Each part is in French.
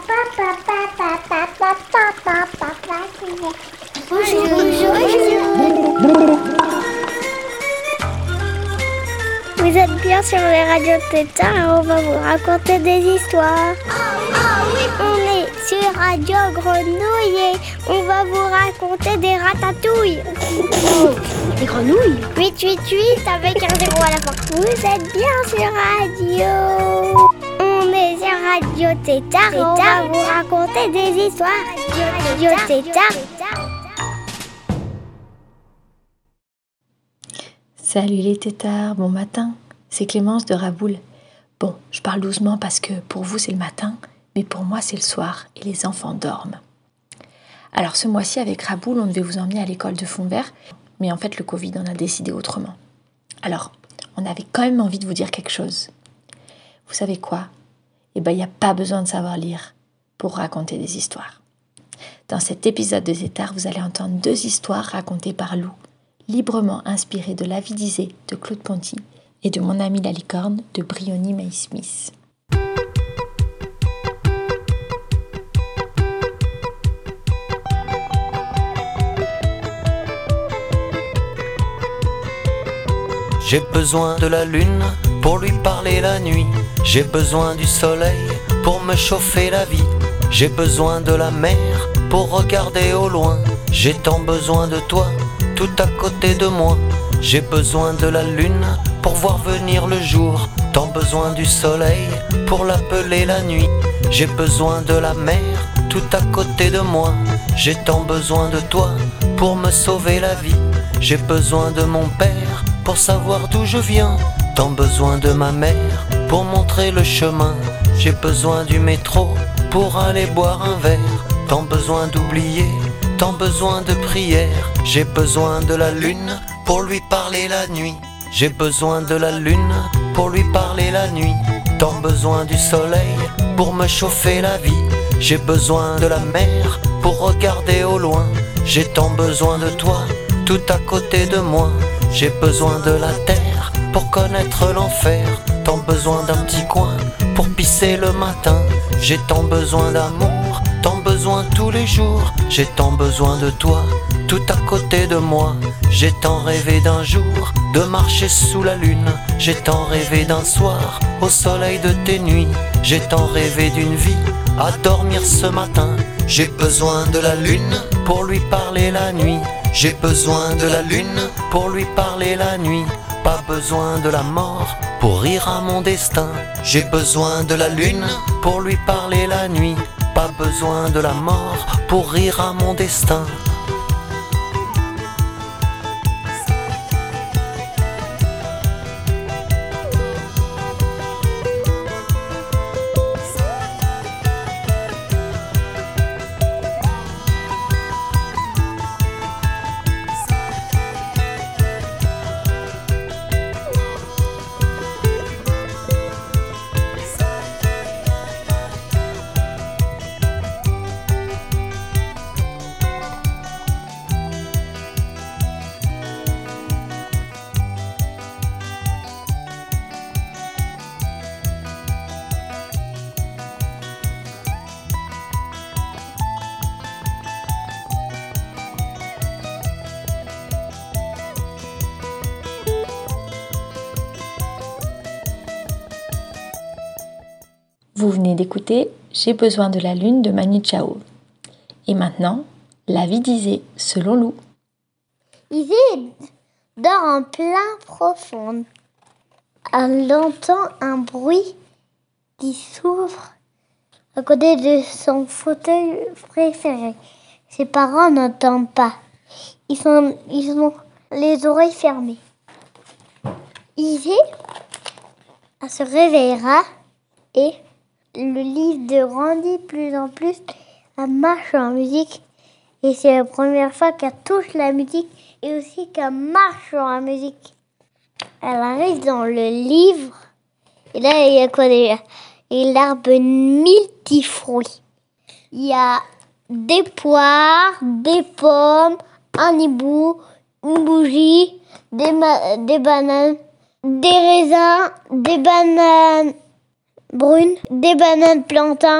Vous êtes bien sur les radios Tétard et on va vous raconter des histoires. On est sur Radio Grenouille et on va vous raconter des ratatouilles. Des grenouilles 888 avec un 0 à la fin. Vous êtes bien sur Radio. On est sur Radio Tétard et on va vous raconter des histoires. Radio Tétard. Salut les tétards, bon matin, c'est Clémence de Raboul. Bon, je parle doucement parce que pour vous c'est le matin, mais pour moi c'est le soir et les enfants dorment. Alors ce mois-ci avec Raboul, on devait vous emmener à l'école de Fontvert, mais en fait le Covid en a décidé autrement. Alors, on avait quand même envie de vous dire quelque chose. Vous savez quoi ? Eh bien, il n'y a pas besoin de savoir lire pour raconter des histoires. Dans cet épisode de Tétard, vous allez entendre 2 histoires racontées par Lou, librement inspiré de La vie d'Isée de Claude Ponty et de Mon ami la licorne de Briony May-Smith. J'ai besoin de la lune pour lui parler la nuit. J'ai besoin du soleil pour me chauffer la vie. J'ai besoin de la mer pour regarder au loin. J'ai tant besoin de toi tout à côté de moi. J'ai besoin de la lune pour voir venir le jour. Tant besoin du soleil pour l'appeler la nuit. J'ai besoin de la mer tout à côté de moi. J'ai tant besoin de toi pour me sauver la vie. J'ai besoin de mon père pour savoir d'où je viens. Tant besoin de ma mère pour montrer le chemin. J'ai besoin du métro pour aller boire un verre. Tant besoin d'oublier, tant besoin de prière. J'ai besoin de la lune pour lui parler la nuit. J'ai besoin de la lune pour lui parler la nuit. Tant besoin du soleil pour me chauffer la vie. J'ai besoin de la mer pour regarder au loin. J'ai tant besoin de toi tout à côté de moi. J'ai besoin de la terre pour connaître l'enfer. Tant besoin d'un petit coin pour pisser le matin. J'ai tant besoin d'amour, tant besoin tous les jours. J'ai tant besoin de toi tout à côté de moi. J'ai tant rêvé d'un jour de marcher sous la lune. J'ai tant rêvé d'un soir au soleil de tes nuits. J'ai tant rêvé d'une vie à dormir ce matin. J'ai besoin de la lune pour lui parler la nuit. J'ai besoin de la lune pour lui parler la nuit. Pas besoin de la mort pour rire à mon destin. J'ai besoin de la lune pour lui parler la nuit. Pas besoin de la mort pour rire à mon destin. Vous venez d'écouter J'ai besoin de la lune de Manu Chao. Et maintenant, La vie d'Isée selon Lou. Isée dort en plein profond. Elle entend un bruit qui s'ouvre à côté de son fauteuil préféré. Ses parents n'entendent pas. Ils ont les oreilles fermées. Isée, elle se réveillera et le livre grandit de plus en plus. Elle marche en musique et c'est la première fois qu'elle touche la musique et aussi qu'elle marche sur la musique. Elle arrive dans le livre et là il y a quoi déjà? Et l'arbre multifruits. Il y a des poires, des pommes, un hibou, une bougie, des bananes, des raisins, des bananes brunes, des bananes plantains,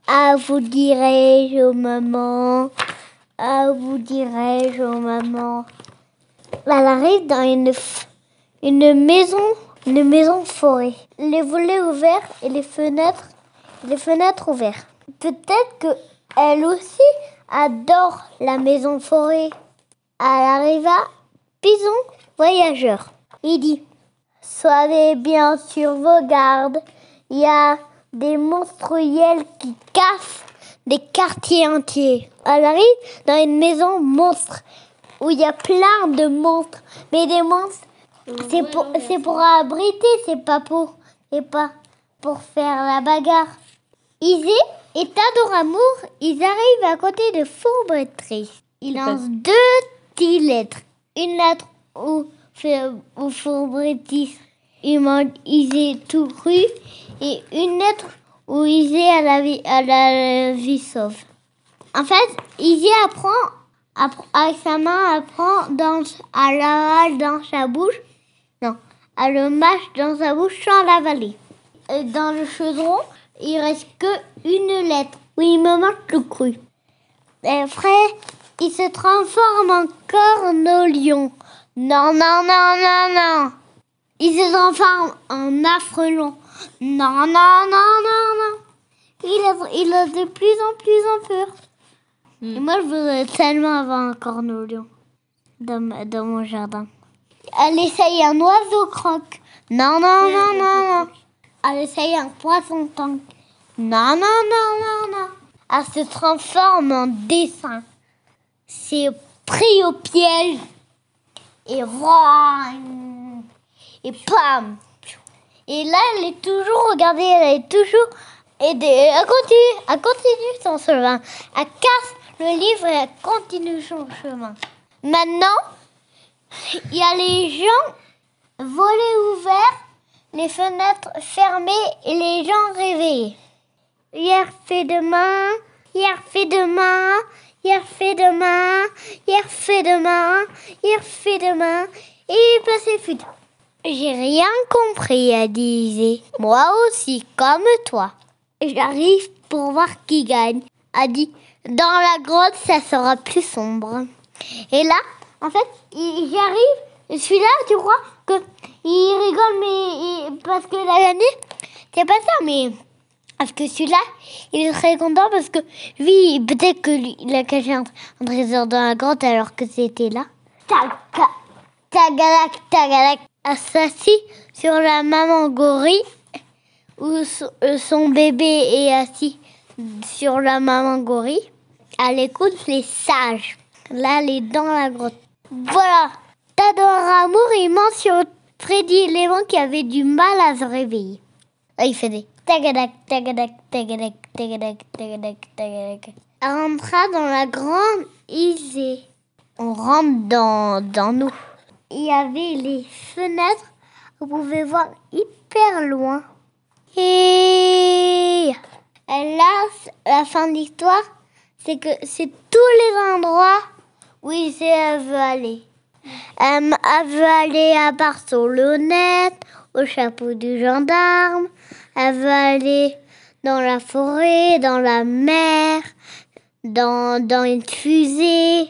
Ah, vous dirais-je aux mamans. Ah, vous dirais-je aux mamans. Elle arrive dans une maison forêt. Les volets ouverts et les fenêtres ouvertes. Peut-être que elle aussi adore la maison forêt. Elle arriva, Pison voyageur. Il dit, soyez bien sur vos gardes. Il y a des monstruels qui cassent des quartiers entiers. Elle arrive dans une maison monstre où il y a plein de monstres. Mais des monstres, c'est pour abriter, c'est pas pour faire la bagarre. Isée et Tadoramour, ils arrivent à côté de Fourbetrice. Ils lancent 2 petites lettres. Une lettre où Fourbetrice Isée tout cru et une lettre où Isée à la vie sauve. En fait, Isée avec sa main, elle prend elle avale dans sa bouche. Non, elle le mâche dans sa bouche sans l'avaler. Et dans le chaudron, il reste que une lettre où il me manque tout cru. Et après, il se transforme en cornolion. Non, non, non, non, non. Il se transforme en affrelon. Non, non, non, non, non. Il a de plus en peur. Et moi, je voudrais tellement avoir un cornolion dans mon jardin. Elle essaye un oiseau croque. Non, non, non, non, non. Elle essaye un poisson tank. Non, non, non, non, non. Elle se transforme en dessin. C'est pris au piège. Et voilà. Et pam. Et là, elle est toujours, regardez, elle est toujours aidée. Elle continue son chemin. Elle casse le livre et elle continue son chemin. Maintenant, il y a les gens, volets ouverts, les fenêtres fermées et les gens réveillés. Hier fait demain, hier fait demain, hier fait demain, hier fait demain, hier fait demain, et passé fut. J'ai rien compris, a dit Isée. Moi aussi, comme toi. J'arrive pour voir qui gagne. A dit, dans la grotte, ça sera plus sombre. Et là, en fait, j'arrive, celui-là, tu crois qu'il rigole, mais parce qu'il a gagné? C'est pas ça, mais parce que celui-là, il est très content parce que lui, peut-être qu'il a caché un trésor dans la grotte alors que c'était là. Tagadak, tagadak. Assis sur la maman gorille, où son bébé est assis sur la maman gorille. Elle écoute les sages. Là, elle est dans la grotte. Voilà. Tadoramour, il ment sur Freddy Léman qui avait du mal à se réveiller. Là, il fait des tagadak, tagadak, tagadak, tagadak, tagadak, tagadak. Elle rentra dans la grande Isée. On rentre dans nous. Il y avait les fenêtres, vous pouvez voir hyper loin. Et là, la fin de l'histoire, c'est que c'est tous les endroits où elle veut aller. Elle veut aller à Barcelonnette, au chapeau du gendarme. Elle veut aller dans la forêt, dans la mer, dans une fusée.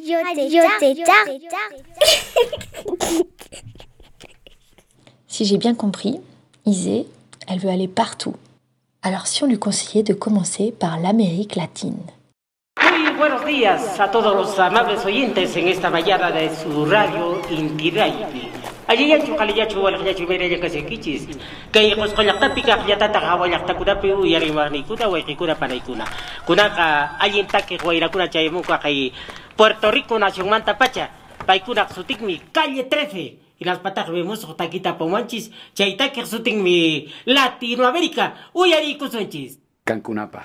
Si j'ai bien compris, Isée, elle veut aller partout. Alors si on lui conseillait de commencer par l'Amérique latine. Muy buenos días a todos los amables oyentes en esta mañana de su radio Inti Raymi. Aliyachu kaliyachu walayachu mereya kasekichis. Kay qosqollaqtapiqa qillatata hawallaqtakunapi uyarimarniykuna wayqikuna panaykuna. Kunaqa allintaki wayrakuna chaymunqa kay Puerto Rico nacionmanta pacha. Paykunaq sutinmi calle 13. Y las patas vemos taquita pomanchis. Chaytaki sutinmi Latinoamérica. Uyarikusunchis. Cancunapa.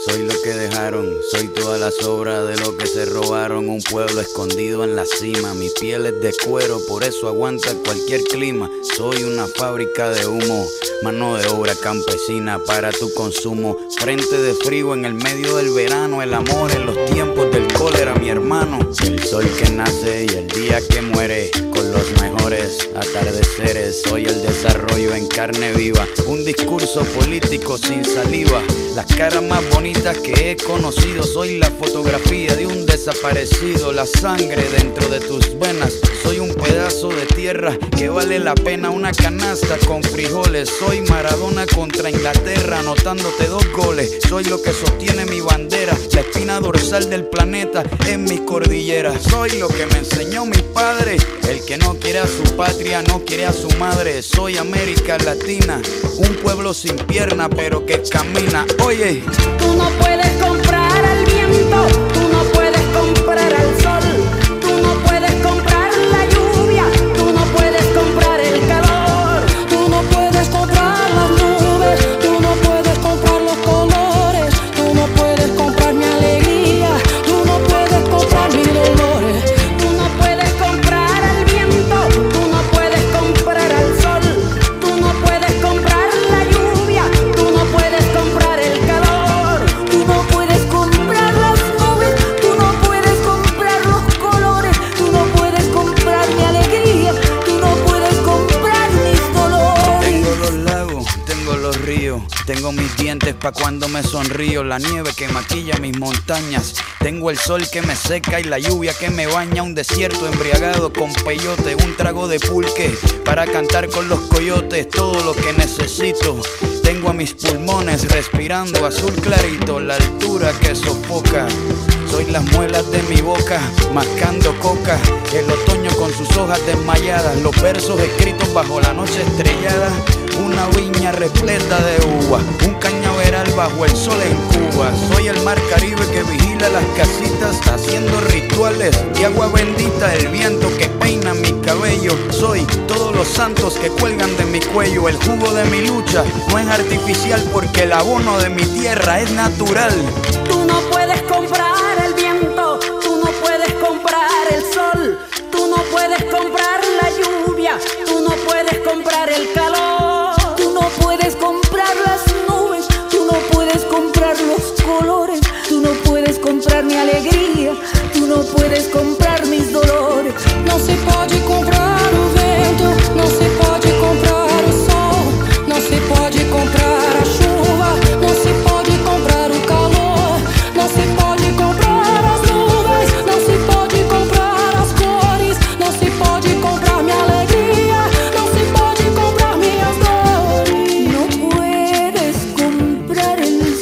soy lo que dejaron, soy toda la sobra de lo que se robaron. Un pueblo escondido en la cima, mi piel es de cuero, por eso aguanta cualquier clima. Soy una fábrica de humo, mano de obra campesina para tu consumo. Frente de frío en el medio del verano, el amor en los tiempos del cólera, mi hermano. El sol que nace y el día que muere, con los mejores atardeceres. Soy el desarrollo en carne viva, un discurso político sin saliva. Las caras más bonitas que he conocido, soy la fotografía de un desaparecido. La sangre dentro de tus venas, soy un pedazo de tierra que vale la pena una canasta con frijoles. Soy Maradona contra Inglaterra, anotándote 2 goles. Soy lo que sostiene mi bandera, la espina dorsal del planeta en mis cordilleras. Soy lo que me enseñó mi padre, el que no quiere a su patria, no quiere a su madre. Soy América Latina, un pueblo sin pierna pero que camina. Oye, tú no puedes comprar al viento, tú no puedes comprar al sol, tú no puedes comprar la lluvia, tú no puedes comprar el calor, tú no puedes comprar las nubes, tú no puedes comprar los colores, tú no puedes comprar mi alegría, tú no puedes comprar mis dolores, tú no puedes comprar al viento, tú no puedes comprar al sol, tú no puedes comprar la lluvia, tú no puedes comprar el calor, tú no puedes comprar las nubes, tú no puedes comprar los colores, tú no puedes comprar mi alegría, tú no puedes comprar mis dolores. tengo los lagos, tengo los ríos, tengo mis dientes pa' cuando me sonrío, la nieve que maquilla mis montañas, tengo el sol que me seca y la lluvia que me baña, un desierto embriagado con peyote, un trago de pulque para cantar con los coyotes, todo lo que necesito. Tengo a mis pulmones respirando azul clarito, la altura que sofoca. Soy las muelas de mi boca, mascando coca, el otoño con sus hojas desmayadas, los versos escritos bajo la noche estrellada, una viña repleta de uvas, un cañaveral bajo el sol en Cuba. Soy el mar Caribe que vigila las casitas, haciendo rituales de agua bendita, el viento que peina mi cabello. Soy todos los santos que cuelgan de mi cuello, el jugo de mi lucha no es artificial porque el abono de mi tierra es natural. Tú no puedes comprar el viento, tú no puedes comprar el sol, tú no puedes comprar la lluvia, tú no puedes comprar el calor, tú no puedes comprar las nubes, tú no puedes comprar los colores, tú no puedes comprar mi alegría, tú no puedes comprar mis dolores. Não se pode comprar o vento, não se pode comprar o sol, não se pode comprar a chuva, não se pode comprar o calor, não se pode comprar as nuvens, não se pode comprar as cores, não se pode comprar minha alegria, não se pode comprar minhas dores. Não puedes comprar el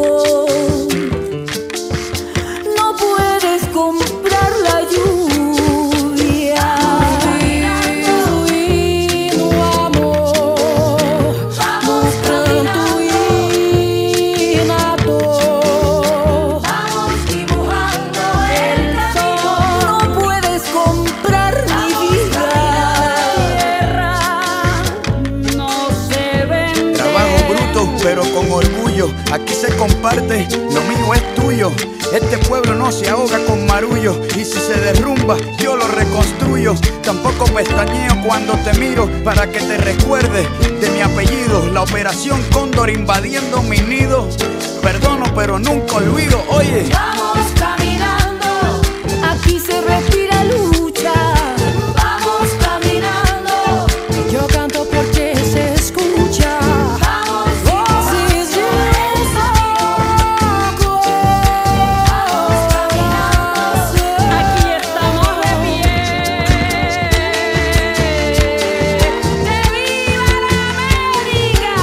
sol, no puedes comprar la lluvia. Y no amor, vamos canto y nado, vamos dibujando el sol. No puedes comprar mi vida, no se vende. Trabajo bruto pero con orgullo, aquí se comparte, lo mío es tuyo. Este pueblo no se ahoga con marullo, y si se derrumba yo lo reconstruyo. Tampoco pestañeo cuando te miro para que te recuerdes de mi apellido. La operación Cóndor invadiendo mi nido, perdono pero nunca olvido. Oye, Vamos caminando, aquí se respira lucha. Vamos caminando, yo canto porque se escucha. Vamos, voces de loco. Vamos caminando, aquí estamos de pie. ¡Que viva la América!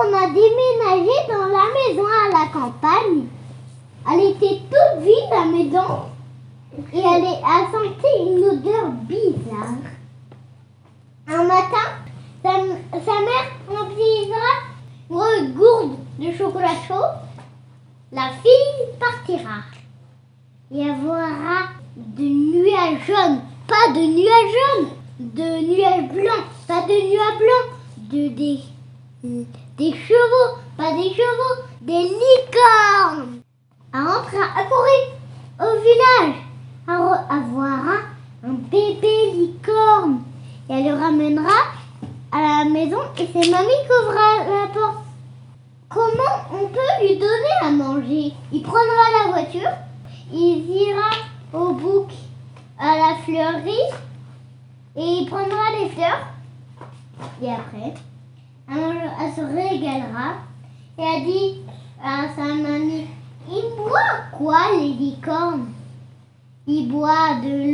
on a déménagé dans la maison à la campagne. Elle était toute vide, la maison, et elle sentait une odeur bizarre. Un matin, sa mère remplira une gourde de chocolat chaud. La fille partira et elle verra de nuages jaunes, pas de nuages jaunes, de nuages blancs, pas de nuages blancs, des chevaux, pas des chevaux, des licornes. Elle rentrera à courir au village. Elle verra un bébé licorne et elle le ramènera à la maison et c'est mamie qui ouvrira la porte. Comment on peut lui donner à manger? Il prendra la voiture, il ira au bouc à la fleurie et il prendra les fleurs. Et après, elle se régalera et elle dit à sa mamie, il boit quoi les licornes? Il boit de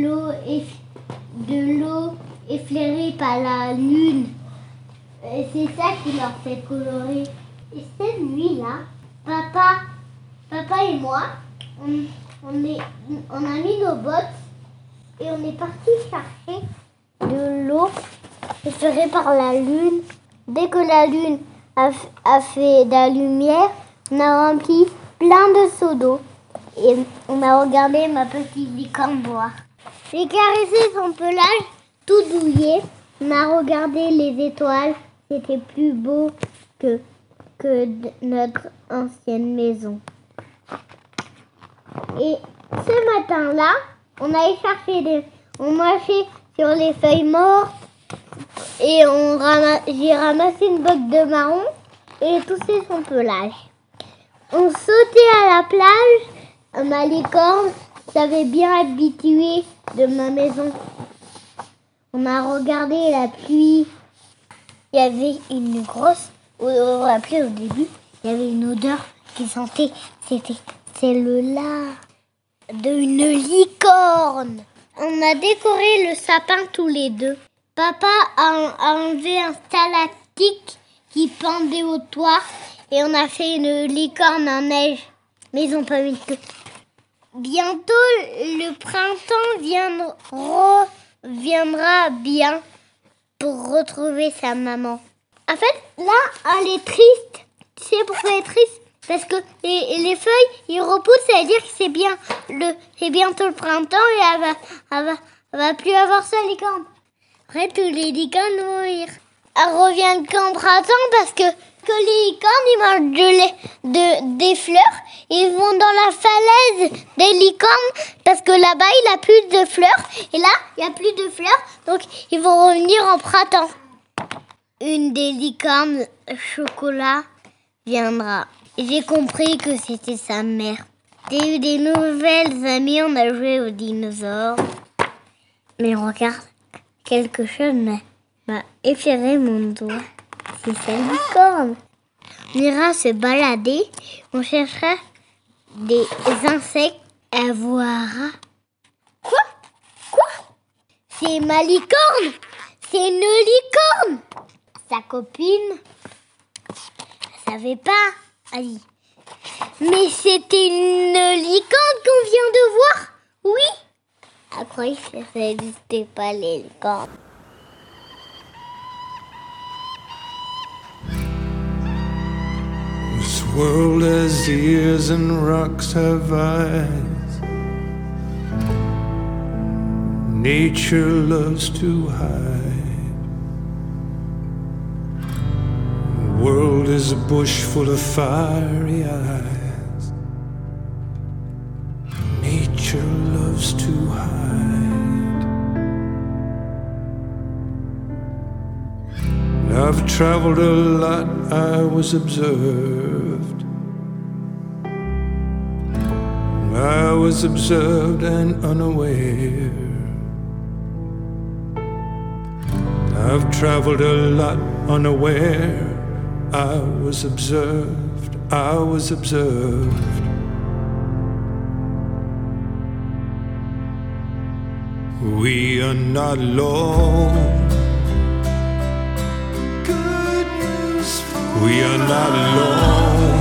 l'eau effleurée par la lune. Et c'est ça qui leur fait colorer. Et cette nuit-là, papa et moi, on a mis nos bottes et on est parti chercher de l'eau effleurée par la lune. Dès que la lune a fait de la lumière, on a rempli plein de seaux d'eau et on a regardé ma petite licorne boire. J'ai caressé son pelage tout douillet. On a regardé les étoiles. C'était plus beau que notre ancienne maison. Et ce matin-là, on allait chercher on marchait sur les feuilles mortes et j'ai ramassé une botte de marron et touché son pelage. On sautait à la plage. Ma licorne s'avait bien habituée de ma maison. On a regardé la pluie. Il y avait une grosse... la pluie au début, il y avait une odeur qui sentait... C'était celle-là d'une licorne. On a décoré le sapin tous les deux. Papa a enlevé un stalactique qui pendait au toit et on a fait une licorne en neige. Mais ils n'ont pas mis de queue. Bientôt, le printemps reviendra bien pour retrouver sa maman. En fait, là, elle est triste. Tu sais pourquoi elle est triste? Parce que les feuilles, ils repoussent, ça veut dire que c'est bientôt le printemps et elle va plus avoir sa licorne. Après, tous les licornes vont mourir. Elle revient quand printemps parce que les licornes, ils mangent des fleurs. Ils vont dans la falaise des licornes parce que là-bas, il n'y a plus de fleurs. Et là, il n'y a plus de fleurs. Donc, ils vont revenir en printemps. Une des licornes chocolat viendra. J'ai compris que c'était sa mère. J'ai eu des nouvelles amies, on a joué aux dinosaures. Mais regarde, quelque chose m'a effleuré mon doigt. C'est sa licorne. On ira se balader, on cherchera des insectes, elle verra. Quoi? C'est ma licorne! C'est une licorne! Sa copine, elle savait pas. Elle dit, mais c'était une licorne qu'on vient de voir? Oui. Elle croyait que ça n'existait pas les licornes. This world has ears and rocks have eyes. Nature loves to hide. The world is a bush full of fiery eyes. Nature loves to hide. I've traveled a lot, I was observed. I was observed and unaware. I've traveled a lot unaware. I was observed. We are not alone. We are not alone.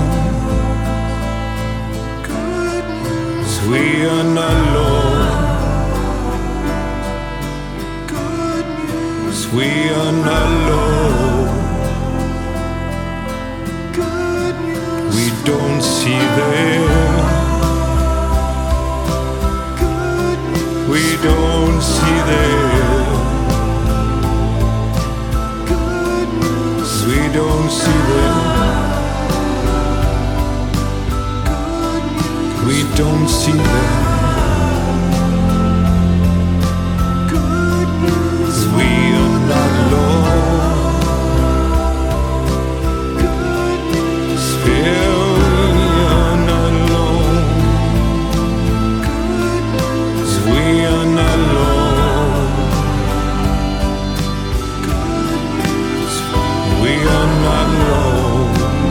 We are not alone. We are not alone. We don't see them. We don't see them. We don't see them. We don't see them. We are not alone. Still we are not alone. We are not alone. We are not alone.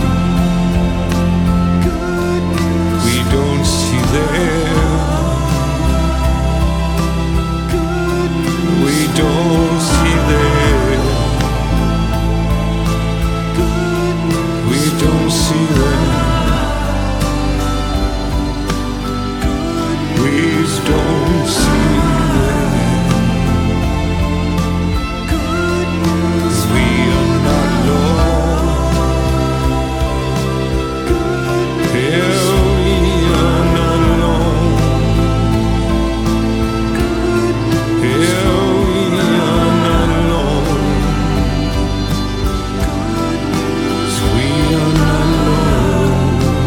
We don't see them. We don't see them. We don't see them. We don't see them. We are not alone. Yeah, we are not alone. Yeah, we are not alone. We are not alone.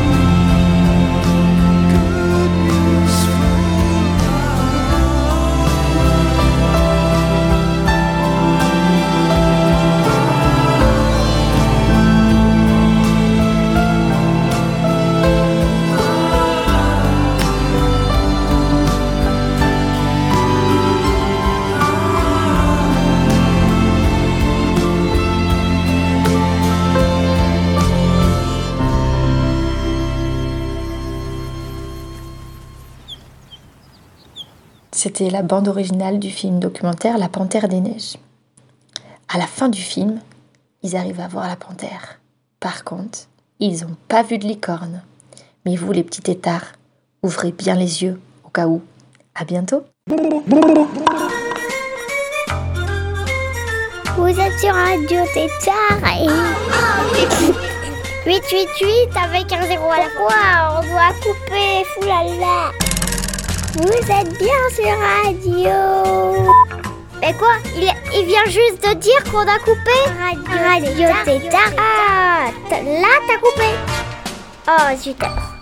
C'était la bande originale du film documentaire La Panthère des Neiges. À la fin du film, ils arrivent à voir la panthère. Par contre, ils n'ont pas vu de licorne. Mais vous, les petits têtards, ouvrez bien les yeux au cas où. À bientôt. Vous êtes sur Radio Tétard et 888 avec un 0 à la fois. On doit couper, foulala. Vous êtes bien sur radio. Mais quoi, il vient juste de dire qu'on a coupé Radio Tétard. Ah, là t'as coupé. Oh zut.